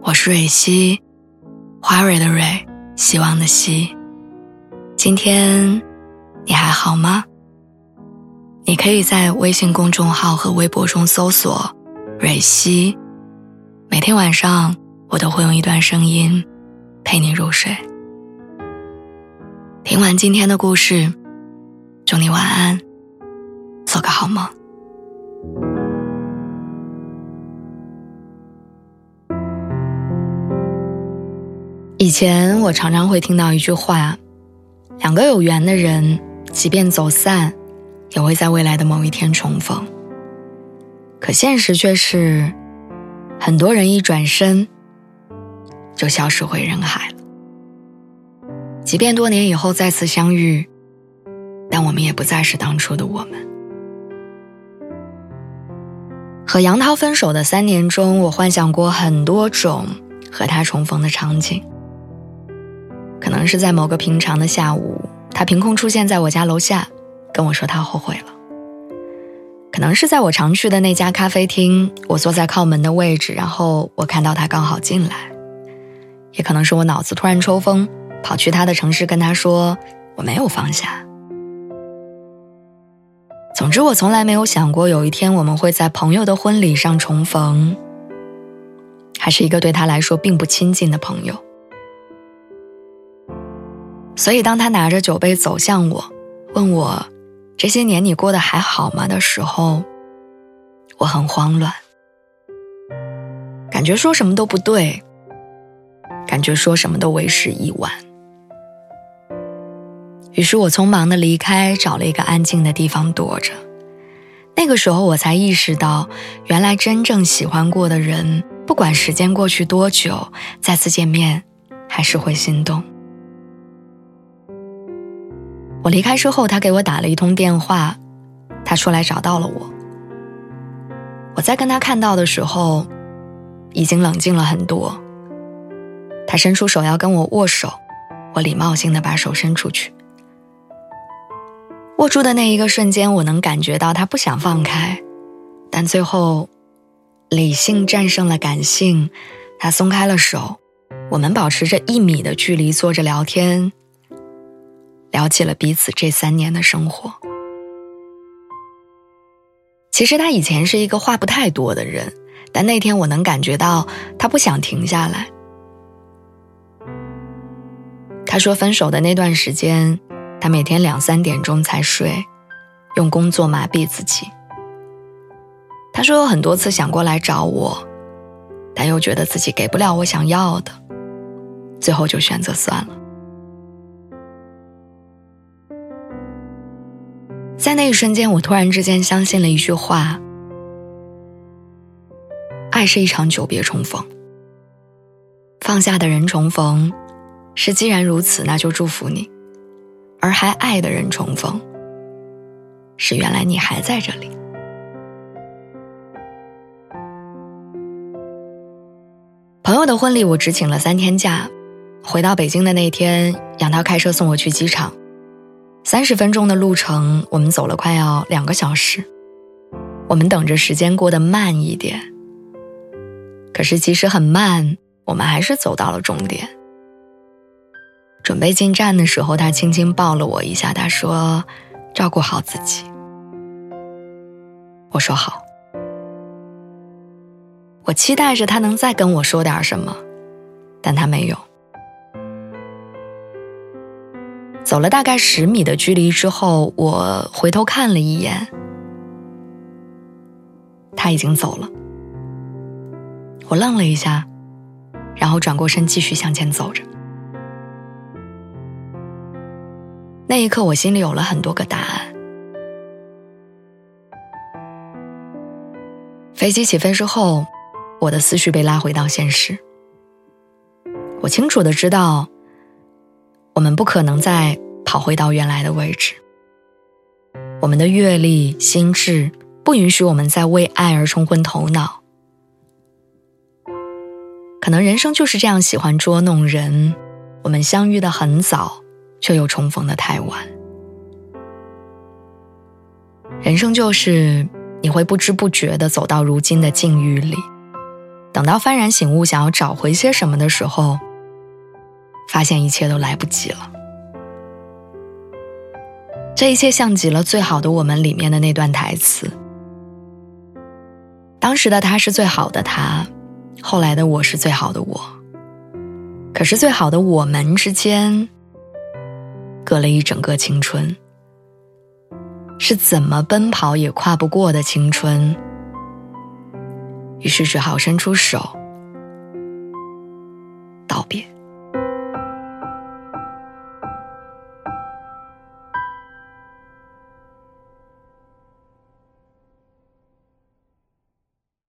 我是蕊希，花蕊的蕊，希望的希。今天你还好吗？你可以在微信公众号和微博中搜索蕊希，每天晚上我都会用一段声音陪你入睡。听完今天的故事，祝你晚安，做个好梦。以前我常常会听到一句话，两个有缘的人即便走散，也会在未来的某一天重逢。可现实却是，很多人一转身就消失回人海了。即便多年以后再次相遇，但我们也不再是当初的我们。和杨涛分手的3年中，我幻想过很多种和他重逢的场景。可能是在某个平常的下午，他凭空出现在我家楼下，跟我说他后悔了。可能是在我常去的那家咖啡厅，我坐在靠门的位置，然后我看到他刚好进来。也可能是我脑子突然抽风，跑去他的城市跟他说我没有放下。总之，我从来没有想过有一天我们会在朋友的婚礼上重逢，还是一个对他来说并不亲近的朋友。所以当他拿着酒杯走向我，问我这些年你过得还好吗的时候，我很慌乱，感觉说什么都不对，感觉说什么都为时已晚。于是我匆忙地离开，找了一个安静的地方躲着。那个时候我才意识到，原来真正喜欢过的人，不管时间过去多久，再次见面还是会心动。我离开之后，他给我打了一通电话，他出来找到了我。我在跟他看到的时候，已经冷静了很多。他伸出手要跟我握手，我礼貌性地把手伸出去。握住的那一个瞬间，我能感觉到他不想放开，但最后理性战胜了感性，他松开了手，我们保持着1米的距离坐着聊天，聊起了彼此这3年的生活。其实他以前是一个话不太多的人，但那天我能感觉到他不想停下来。他说分手的那段时间，他每天2、3点钟才睡，用工作麻痹自己。他说有很多次想过来找我，但又觉得自己给不了我想要的，最后就选择算了。在那一瞬间，我突然之间相信了一句话：爱是一场久别重逢。放下的人重逢，是既然如此，那就祝福你；而还爱的人重逢，是原来你还在这里。朋友的婚礼我只请了3天假，回到北京的那天，杨涛开车送我去机场。30分钟的路程，我们走了快要2个小时。我们等着时间过得慢一点，可是即使很慢，我们还是走到了终点。准备进站的时候，他轻轻抱了我一下，他说照顾好自己。我说好。我期待着他能再跟我说点什么，但他没有。走了大概10米的距离之后，我回头看了一眼，他已经走了。我愣了一下，然后转过身继续向前走着。那一刻我心里有了很多个答案。飞机起飞之后，我的思绪被拉回到现实。我清楚地知道，我们不可能再跑回到原来的位置。我们的阅历、心智不允许我们再为爱而冲昏头脑。可能人生就是这样喜欢捉弄人，我们相遇得很早，却又重逢得太晚。人生就是你会不知不觉地走到如今的境遇里， 等到幡然醒悟，想要找回些什么的时候，发现一切都来不及了。这一切像极了《最好的我们》里面的那段台词。当时的他是最好的他，后来的我是最好的我。可是最好的我们之间，隔了一整个青春。是怎么奔跑也跨不过的青春，于是只好伸出手道别。